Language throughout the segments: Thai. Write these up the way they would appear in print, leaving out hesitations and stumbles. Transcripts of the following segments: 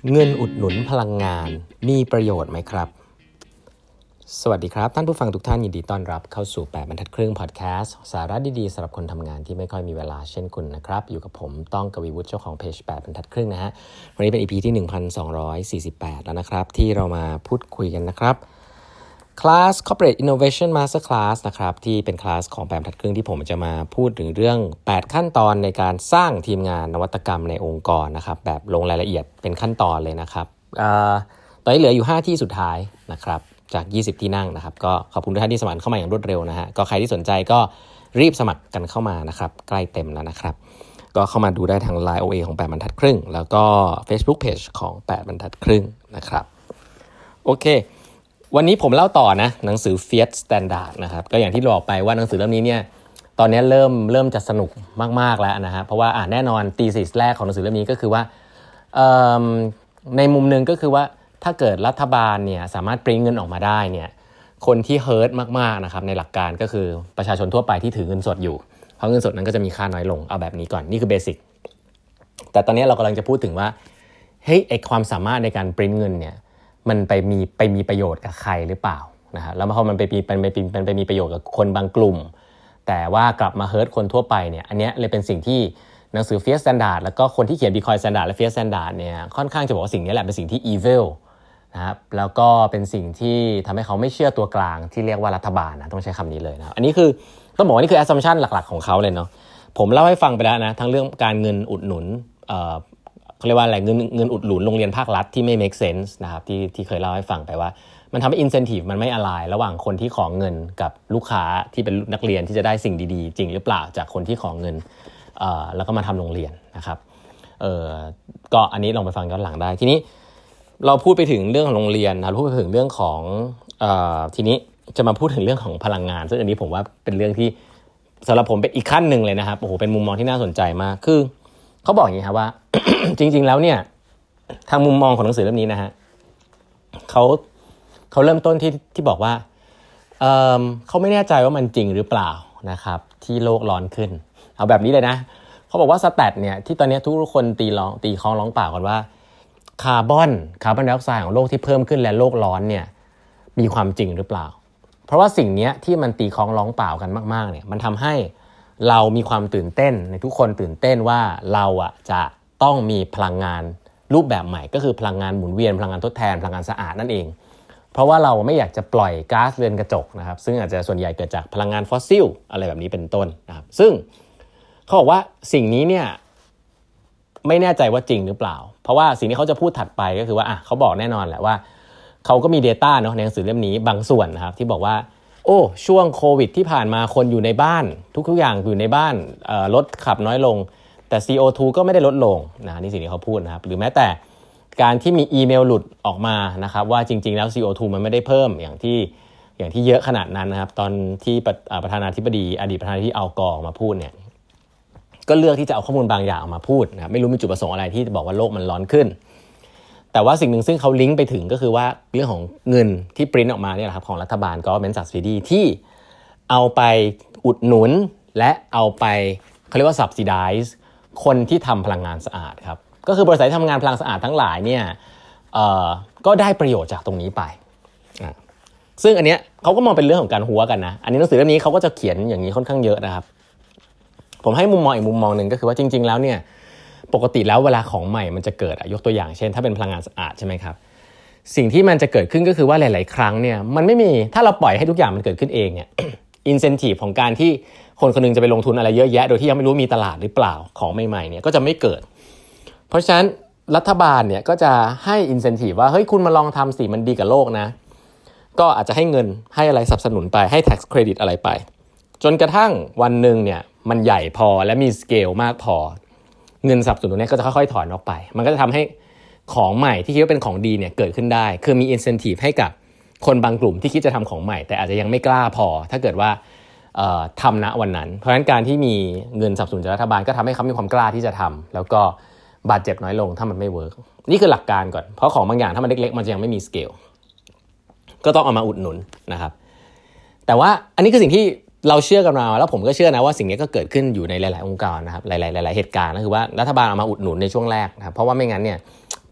เงินอุดหนุนพลังงานมีประโยชน์ไหมครับสวัสดีครับท่านผู้ฟังทุกท่านยินดีต้อนรับเข้าสู่8บรรทัดครึ่งพอดแคสต์สาระดีๆสำหรับคนทำงานที่ไม่ค่อยมีเวลาเช่นคุณนะครับอยู่กับผมต้องกวีวุฒิเจ้าของเพจ8บรรทัดครึ่งนะฮะวันนี้เป็น EP ที่1248แล้วนะครับที่เรามาพูดคุยกันนะครับคลาส Corporate Innovation Master Class นะครับที่เป็นคลาสของ8บรรทัดครึ่งที่ผมจะมาพูดถึงเรื่อง8ขั้นตอนในการสร้างทีมงานนวัตกรรมในองค์กรนะครับแบบลงรายละเอียดเป็นขั้นตอนเลยนะครับตอนนี้เหลืออยู่5ที่สุดท้ายนะครับจาก20ที่นั่งนะครับก็ขอบคุณทุกท่านที่สมัครเข้ามาอย่างรวดเร็วนะฮะก็ใครที่สนใจก็รีบสมัครกันเข้ามานะครับใกล้เต็มแล้วนะครับก็เข้ามาดูได้ทาง Line OA ของ8บรรทัดครึ่งแล้วก็ Facebook Page ของ8บรรทัดครึ่งนะครับโอเควันนี้ผมเล่าต่อนะหนังสือ Fiat Standard นะครับก็อย่างที่บอกไปว่าหนังสือเล่มนี้เนี่ยตอนนี้เริ่มจะสนุกมากๆแล้วนะฮะเพราะว่าแน่นอน thesis แรกของหนังสือเล่มนี้ก็คือว่าในมุมนึงก็คือว่าถ้าเกิดรัฐบาลเนี่ยสามารถปริ้นเงินออกมาได้เนี่ยคนที่เฮิร์ตมากๆนะครับในหลักการก็คือประชาชนทั่วไปที่ถือเงินสดอยู่เพราะเงินสดนั้นก็จะมีค่าน้อยลงเอาแบบนี้ก่อนนี่คือเบสิกแต่ตอนนี้เรากำลังจะพูดถึงว่าเฮ้ยไอความสามารถในการปริ้นเงินเนี่ยมันไปมีประโยชน์กับใครหรือเปล่านะฮะแล้วพอมันไปมีประโยชน์กับคนบางกลุ่มแต่ว่ากลับมาเฮิร์ตคนทั่วไปเนี่ยอันนี้เลยเป็นสิ่งที่หนังสือ Fiat Standard แล้วก็คนที่เขียน Bitcoin Standard และ Fiat Standard เนี่ยค่อนข้างจะบอกว่าสิ่งนี้แหละเป็นสิ่งที่ evil นะครับแล้วก็เป็นสิ่งที่ทำให้เขาไม่เชื่อตัวกลางที่เรียกว่ารัฐบาลนะต้องใช้คำนี้เลยนะอันนี้คือต้องบอกว่านี่คือ assumption หลักๆของเขาเลยเนาะผมเล่าให้ฟังไปแล้วนะทั้งเรื่องการเงินอุดหนุนเขาเรียกว่าอะไรเงินอุดหนุนโรงเรียนภาครัฐที่ไม่ make sense นะครับที่เคยเล่าให้ฟังไปว่ามันทำให้ incentive มันไม่alignระหว่างคนที่ขอเงินกับลูกค้าที่เป็นนักเรียนที่จะได้สิ่งดีๆจริงหรือเปล่าจากคนที่ขอเงินแล้วก็มาทำโรงเรียนนะครับก็อันนี้ลองไปฟังย้อนหลังได้ทีนี้เราพูดไปถึงเรื่องของโรงเรียนนะพูดไปถึงเรื่องของทีนี้จะมาพูดถึงเรื่องของพลังงานซึ่งอันนี้ผมว่าเป็นเรื่องที่สำหรับผมเป็นอีกขั้นหนึ่งเลยนะครับโอ้โหเป็นมุมมองที่น่าสนใจมากคือเขาบอกอย่างนี้ครับว่า จริงๆแล้วเนี่ยทางมุมมองของหนังสือเล่มนี้นะฮะเขาเริ่มต้นที่บอกว่าเขาไม่แน่ใจว่ามันจริงหรือเปล่านะครับที่โลกร้อนขึ้นเอาแบบนี้เลยนะเขาบอกว่าสแตทเนี่ยที่ตอนนี้ทุกคนตีคล้องร้องเปล่ากันว่าคาร์บอนไดออกไซด์ของโลกที่เพิ่มขึ้นและโลกร้อนเนี่ยมีความจริงหรือเปล่าเพราะว่าสิ่งนี้ที่มันตีคล้องร้องเปล่ากันมากๆเนี่ยมันทำให้เรามีความตื่นเต้นในทุกคนตื่นเต้นว่าเราจะต้องมีพลังงานรูปแบบใหม่ก็คือพลังงานหมุนเวียนพลังงานทดแทนพลังงานสะอาดนั่นเองเพราะว่าเราไม่อยากจะปล่อยก๊าซเรือนกระจกนะครับซึ่งอาจจะส่วนใหญ่เกิดจากพลังงานฟอสซิลอะไรแบบนี้เป็นต้นนะครับซึ่งเขาบอกว่าสิ่งนี้เนี่ยไม่แน่ใจว่าจริงหรือเปล่าเพราะว่าสิ่งที่เขาจะพูดถัดไปก็คือว่าเขาบอกแน่นอนแหละว่าเขาก็มี data เนาะในหนังสือเล่มนี้บางส่วนนะครับที่บอกว่าโอ้ช่วงโควิดที่ผ่านมาคนอยู่ในบ้านทุกอย่างอยู่ในบ้านรถขับน้อยลงแต่ CO2 ก็ไม่ได้ลดลงนะนี่สิ่งที่เขาพูดนะครับหรือแม้แต่การที่มีอีเมลหลุดออกมานะครับว่าจริงๆแล้ว CO2 มันไม่ได้เพิ่มอย่างที่เยอะขนาดนั้นนะครับตอนที่ประธานาธิบดีอดีตประธานาธิบดีอัลกอร์มาพูดเนี่ยก็เลือกที่จะเอาข้อมูลบางอย่างออกมาพูดนะไม่รู้มีจุดประสงค์อะไรที่จะบอกว่าโลกมันร้อนขึ้นแต่ว่าสิ่งหนึ่งซึ่งเขาลิงก์ไปถึงก็คือว่าเรื่องของเงินที่ปริ้นออกมาเนี่ยครับของรัฐบาล government subsidy ที่เอาไปอุดหนุนและเอาไปเขาเรียกว่า subsidize คนที่ทำพลังงานสะอาดครับก็คือบริษัทที่ทำงานพลังสะอาดทั้งหลายเนี่ยก็ได้ประโยชน์จากตรงนี้ไปซึ่งอันเนี้ยเขาก็มองเป็นเรื่องของการหัวกันนะอันนี้หนังสือเล่มนี้เขาก็จะเขียนอย่างนี้ค่อนข้างเยอะนะครับผมให้มุมมองอีกมุมมองนึงก็คือว่าจริงๆแล้วเนี่ยปกติแล้วเวลาของใหม่มันจะเกิดยกตัวอย่างเช่นถ้าเป็นพลังงานสะอาดใช่ไหมครับสิ่งที่มันจะเกิดขึ้นก็คือว่าหลายๆครั้งเนี่ยมันไม่มีถ้าเราปล่อยให้ทุกอย่างมันเกิดขึ้นเองเนี่ย incentive ของการที่คนคนนึงจะไปลงทุนอะไรเยอะแยะโดยที่ยังไม่รู้มีตลาดหรือเปล่าของใหม่ๆเนี่ยก็จะไม่เกิดเพราะฉะนั้นรัฐบาลเนี่ยก็จะให้ incentive ว่าเฮ้ยคุณมาลองทำสิมันดีกับโลกนะก็อาจจะให้เงินให้อะไรสนับสนุนไปให้ tax credit อะไรไปจนกระทั่งวันนึงเนี่ยมันใหญ่พอและมีสเกลมากพอเงินสนับสนุนเนี่ยก็จะค่อยๆถอนออกไปมันก็จะทำให้ของใหม่ที่คิดว่าเป็นของดีเนี่ยเกิดขึ้นได้คือมี incentive ให้กับคนบางกลุ่มที่คิดจะทำของใหม่แต่อาจจะยังไม่กล้าพอถ้าเกิดว่าทำณวันนั้นเพราะฉะนั้นการที่มีเงินสนับสนุนจากรัฐบาลก็ทำให้เขามีความกล้าที่จะทำแล้วก็บาดเจ็บน้อยลงถ้ามันไม่เวิร์กนี่คือหลักการก่อนเพราะของบางอย่างถ้ามันเล็กๆมันจะยังไม่มีสเกลก็ต้องเอามาอุดหนุนนะครับแต่ว่าอันนี้คือสิ่งที่เราเชื่อกันมาแล้วผมก็เชื่อนะว่าสิ่งนี้ก็เกิดขึ้นอยู่ในหลายๆองค์กรนะครับหลายๆเหตุการณ์ก็คือว่ารัฐบาลเอามาอุดหนุนในช่วงแรกนะครับเพราะว่าไม่งั้นเนี่ย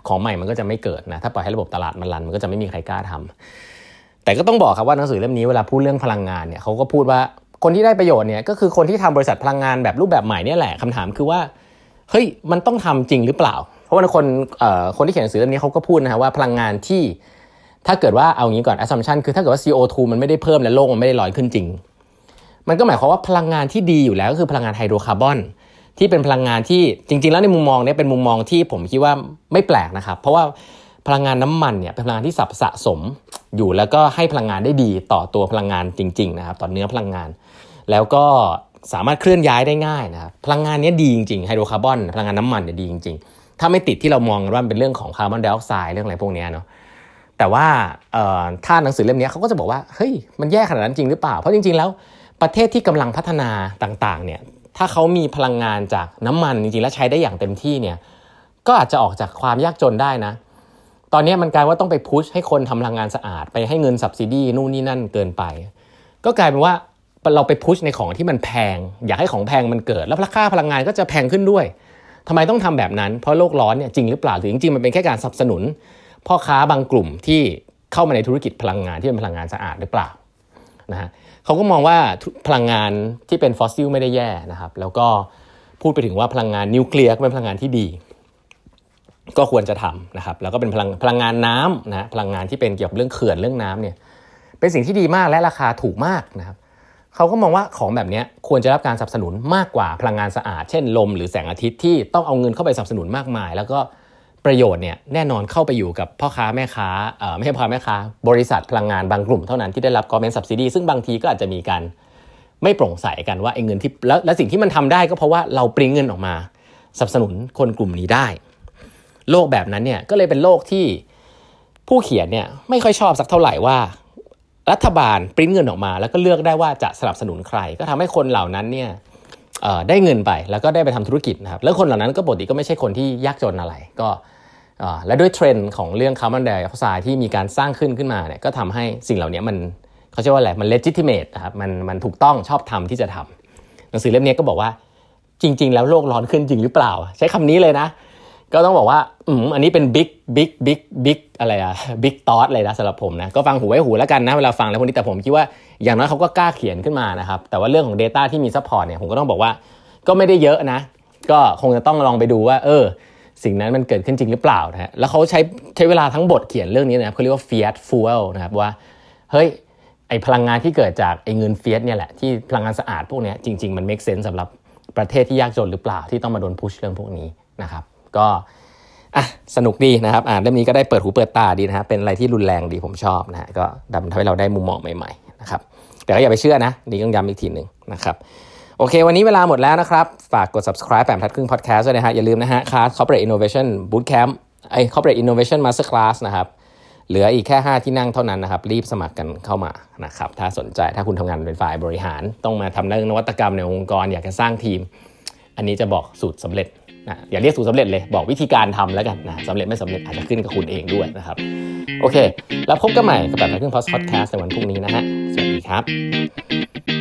ของใหม่มันก็จะไม่เกิดนะถ้าปล่อยให้ระบบตลาดมันรันมันก็จะไม่มีใครกล้าทำแต่ก็ต้องบอกครับว่าหนังสือเล่มนี้เวลาพูดเรื่องพลังงานเนี่ยเขาก็พูดว่าคนที่ได้ประโยชน์เนี่ยก็คือคนที่ทำบริษัทพลังงานแบบรูปแบบใหม่เนี่ยแหละคำถามคือว่าเฮ้ยมันต้องทำจริงหรือเปล่าเพราะว่าคนที่เขียนหนังสือเล่มนี้เขาก็พูดนะฮะว่าพลังงานที่ถ้าเกิดว่าเอางี้ก่อน assumption คือถ้าเกิดว่า CO2 มันไม่ได้เพิ่มและโลกมันไม่ได้ลอยขึ้นจริงมันก็หมายความว่าพลังงานที่ดีอยู่แล้วก็คือพลังงานไฮโดรคาร์บอนที่เป็นพลังงานที่จริงๆแล้วในมุมมองนี้เป็นมุมมองที่ผมคิดว่าไม่แปลกนะครับเพราะว่าพลังงานน้ำมันเนี่ยเป็นพลังงานที่สะสมอยู่แล้วก็ให้พลังงานได้ดีต่อตัวพลังงานจริงๆนะครับต่อเนื้อพลังงานแล้วก็สามารถเคลื่อนย้ายได้ง่ายนะครับพลังงานนี้ดีจริงๆไฮโดรคาร์บอนพลังงานน้ำมันเนี่ยดีจริงๆถ้าไม่ติดที่เรามองว่าเป็นเรื่องของคาร์บอนไดออกไซด์เรื่องอะไรพวกนี้เนาะแต่ว่าถ้าหนังสือเล่มนี้เขาก็จะบอกว่าเฮ้ยมันแย่ขนาดนั้นจริงหรือเปล่าเพราะจริงๆแล้วประเทศที่กำลังพัฒนาต่างๆเนี่ยถ้าเขามีพลังงานจากน้ำมันจริงๆแล้วใช้ได้อย่างเต็มที่เนี่ยก็อาจจะออกจากความยากจนได้นะตอนนี้มันกลายว่าต้องไปพุชให้คนทำพลังงานสะอาดไปให้เงิน subsidy นู่นนี่นั่นเกินไปก็กลายเป็นว่าเราไปพุชในของที่มันแพงอยากให้ของแพงมันเกิดแล้วราคาพลังงานก็จะแพงขึ้นด้วยทำไมต้องทำแบบนั้นเพราะโลกร้อนเนี่ยจริงหรือเปล่าหรือจริงๆมันเป็นแค่การสนับสนุนพ่อค้าบางกลุ่มที่เข้ามาในธุรกิจพลังงานที่เป็นพลังงานสะอาดหรือเปล่านะฮะเขาก็มองว่าพลังงานที่เป็นฟอสซิลไม่ได้แย่นะครับแล้วก็พูดไปถึงว่าพลังงานนิวเคลียร์ก็เป็นพลังงานที่ดีก็ควรจะทำนะครับแล้วก็เป็นพลังงานน้ำนะพลังงานที่เป็นเกี่ยวกับเรื่องเขื่อนเรื่องน้ำเนี่ยเป็นสิ่งที่ดีมากและราคาถูกมากนะครับเขาก็มองว่าของแบบนี้ควรจะรับการสนับสนุนมากกว่าพลังงานสะอาดเช่นลมหรือแสงอาทิตย์ที่ต้องเอาเงินเข้าไปสนับสนุนมากมายแล้วก็ประโยชน์เนี่ยแน่นอนเข้าไปอยู่กับพ่อค้าแม่ค้าไม่ใช่พ่อค้าแม่ค้าบริษัทพลังงานบางกลุ่มเท่านั้นที่ได้รับ government subsidy ซึ่งบางทีก็อาจจะมีการไม่โปร่งใสกันว่าไอ้เงินที่และสิ่งที่มันทำได้ก็เพราะว่าเราปริ้นเงินออกมาสนับสนุนคนกลุ่มนี้ได้โลกแบบนั้นเนี่ยก็เลยเป็นโลกที่ผู้เขียนเนี่ยไม่ค่อยชอบสักเท่าไหร่ว่ารัฐบาลปริ้นเงินออกมาแล้วก็เลือกได้ว่าจะสนับสนุนใครก็ทำให้คนเหล่านั้นเนี่ยได้เงินไปแล้วก็ได้ไปทำธุรกิจนะครับแล้วคนเหล่านั้นก็ปกติก็ไม่ใช่คนที่ยากจนอะไรก็และด้วยเทรนด์ของเรื่องคาร์บอนไดออกไซด์ที่มีการสร้างขึ้นมาเนี่ยก็ทำให้สิ่งเหล่านี้มันเขาเรียกว่าอะไรมัน legitimate นะครับมันถูกต้องชอบทำที่จะทำหนังสือเล่มนี้ก็บอกว่าจริงๆแล้วโลกร้อนขึ้นจริงหรือเปล่าใช้คำนี้เลยนะก็ต้องบอกว่าอันนี้เป็นบิ๊กอะไรบิ๊กทอทเลยนะสำหรับผมนะก็ฟังหูไว้หูแล้วกันนะเวลาฟังแล้วพวกนี้แต่ผมคิดว่าอย่างน้อยเขาก็กล้าเขียนขึ้นมานะครับแต่ว่าเรื่องของ data ที่มี support เนี่ยผมก็ต้องบอกว่าก็ไม่ได้เยอะนะก็คงจะต้องลองไปดูว่าสิ่งนั้นมันเกิดขึ้นจริงหรือเปล่านะฮะแล้วเขาใช้เวลาทั้งบทเขียนเรื่องนี้นะเขาเรียกว่า fiat fuel นะครับว่าเฮ้ยไอพลังงานที่เกิดจากไอเงินเฟียสเนี่ยแหละที่พลังงานสะอาดพวกนี้จริงๆมัน make sense สำหรับประเทศที่ยากจนหรือเปล่าที่ต้องมาโดนพุชเรื่องพวกนี้นะครับก็สนุกดีนะครับเรื่องนี้ก็ได้เปิดหูเปิดตาดีนะฮะเป็นอะไรที่รุนแรงดีผมชอบนะฮะก็ทำให้เราได้มุมมองใหม่ๆนะครับแต่ก็อย่าไปเชื่อนะนี่ต้องย้ำอีกทีนึงนะครับโอเควันนี้เวลาหมดแล้วนะครับฝากกด subscribe แปมทัดครึ่ง podcast ด้วยนะฮะอย่าลืมนะฮะคลาส corporate innovation bootcamp corporate innovation master class นะครับเหลืออีกแค่5ที่นั่งเท่านั้นนะครับรีบสมัครกันเข้ามานะครับถ้าสนใจถ้าคุณทำงานเป็นฝ่ายบริหารต้องมาทำเรื่องนวัตกรรมในองค์กรอยากจะสร้างทีมอันนี้จะบอกสูตรสำเร็จนะอย่าเรียกสูตรสำเร็จเลยบอกวิธีการทำแล้วกันนะสำเร็จไม่สำเร็จอาจจะขึ้นกับคุณเองด้วยนะครับโอเคแล้วพบกันใหม่กับแบบทัดครึ่ง podcast ในวันพรุ่งนี้นะฮะสวัสดีครับ